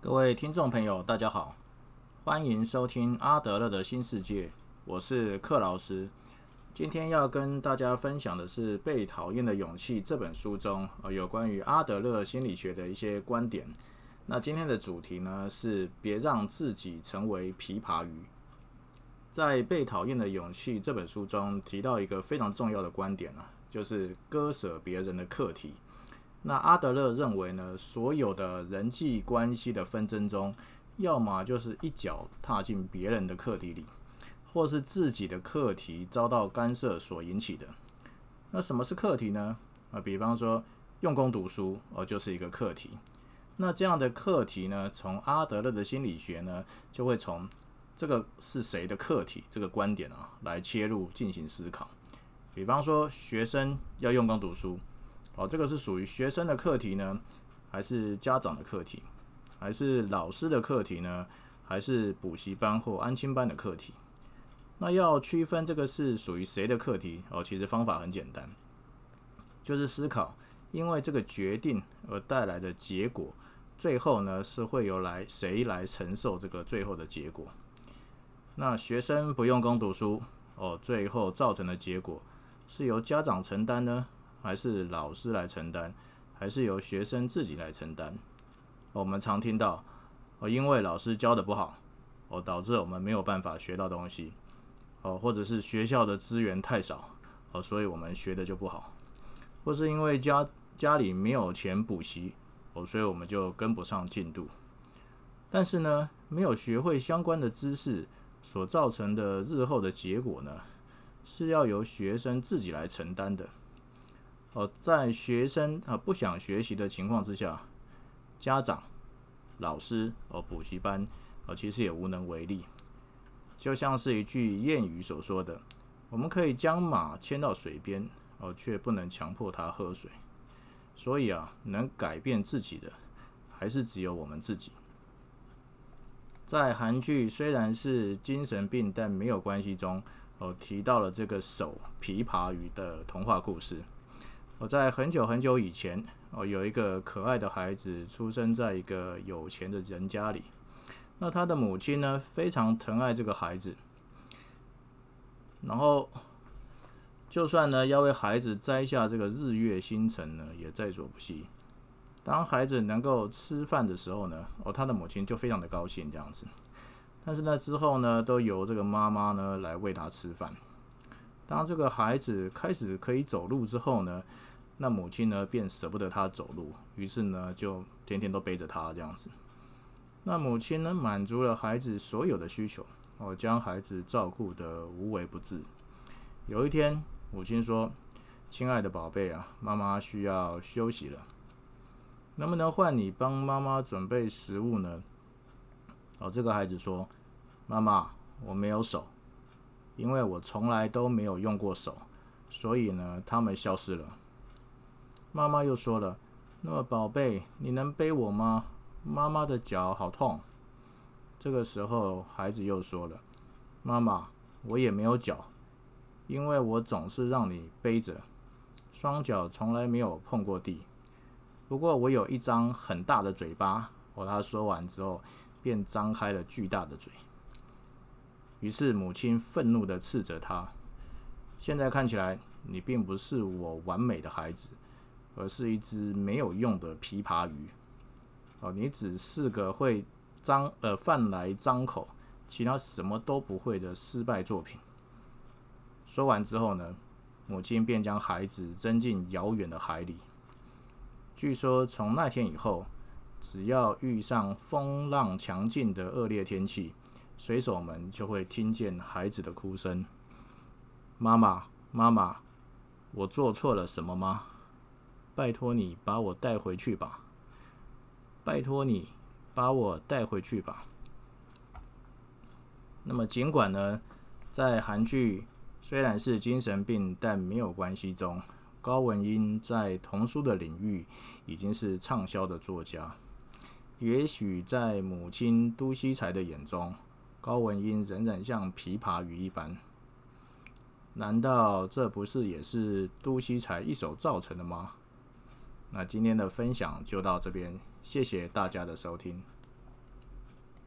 各位听众朋友，大家好，欢迎收听阿德勒的新世界，我是克劳斯。今天要跟大家分享的是《被讨厌的勇气》这本书中有关于阿德勒心理学的一些观点。那今天的主题呢是别让自己成为琵琶鱼。在《被讨厌的勇气》这本书中提到一个非常重要的观点就是割舍别人的课题。那阿德勒认为呢，所有的人际关系的纷争中，要么就是一脚踏进别人的课题里，或是自己的课题遭到干涉所引起的。那什么是课题呢？比方说用功读书就是一个课题。那这样的课题呢，从阿德勒的心理学呢，就会从这个是谁的课题这个观点来切入进行思考。比方说学生要用功读书。这个是属于学生的课题呢，还是家长的课题，还是老师的课题呢，还是补习班或安亲班的课题？那要区分这个是属于谁的课题其实方法很简单，就是思考因为这个决定而带来的结果，最后呢是会由谁来承受这个最后的结果？那学生不用功读书最后造成的结果是由家长承担呢？还是老师来承担，还是由学生自己来承担？我们常听到因为老师教的不好导致我们没有办法学到东西或者是学校的资源太少所以我们学的就不好，或是因为家里没有钱补习所以我们就跟不上进度。但是呢，没有学会相关的知识所造成的日后的结果呢，是要由学生自己来承担的。在学生不想学习的情况之下，家长、老师补习班其实也无能为力。就像是一句谚语所说的，我们可以将马牵到水边却不能强迫它喝水。所以能改变自己的还是只有我们自己。在韩剧虽然是精神病但没有关系中提到了这个守琵琶鱼的童话故事。在很久很久以前有一个可爱的孩子出生在一个有钱的人家里。那他的母亲呢，非常疼爱这个孩子，然后就算呢要为孩子摘下这个日月星辰呢，也在所不惜。当孩子能够吃饭的时候呢他的母亲就非常的高兴这样子。但是呢之后呢，都由这个妈妈呢来喂他吃饭。当这个孩子开始可以走路之后呢，那母亲呢便舍不得他走路，于是呢就天天都背着他这样子。那母亲呢满足了孩子所有的需求将孩子照顾得无微不至。有一天母亲说，亲爱的宝贝妈妈需要休息了，能不能换你帮妈妈准备食物呢？这个孩子说，妈妈，我没有手，因为我从来都没有用过手，所以呢它们消失了。妈妈又说了，那么宝贝，你能背我吗？妈妈的脚好痛。这个时候孩子又说了，妈妈，我也没有脚，因为我总是让你背着，双脚从来没有碰过地。不过我有一张很大的嘴巴。他说完之后便张开了巨大的嘴。于是母亲愤怒地斥责他，现在看起来你并不是我完美的孩子，而是一只没有用的琵琶鱼。你只是个会饭来张口，其他什么都不会的失败作品。说完之后呢，母亲便将孩子扔进遥远的海里。据说从那天以后，只要遇上风浪强劲的恶劣天气，水手们就会听见孩子的哭声，妈妈，妈妈，我做错了什么吗？拜托你把我带回去吧，拜托你把我带回去吧。那么尽管呢，在韩剧虽然是精神病但没有关系中，高文英在童书的领域已经是畅销的作家。也许在母亲都熙才的眼中，高文英仍然像琵琶鱼一般。难道这不是也是都熙才一手造成的吗？那今天的分享就到这边，谢谢大家的收听。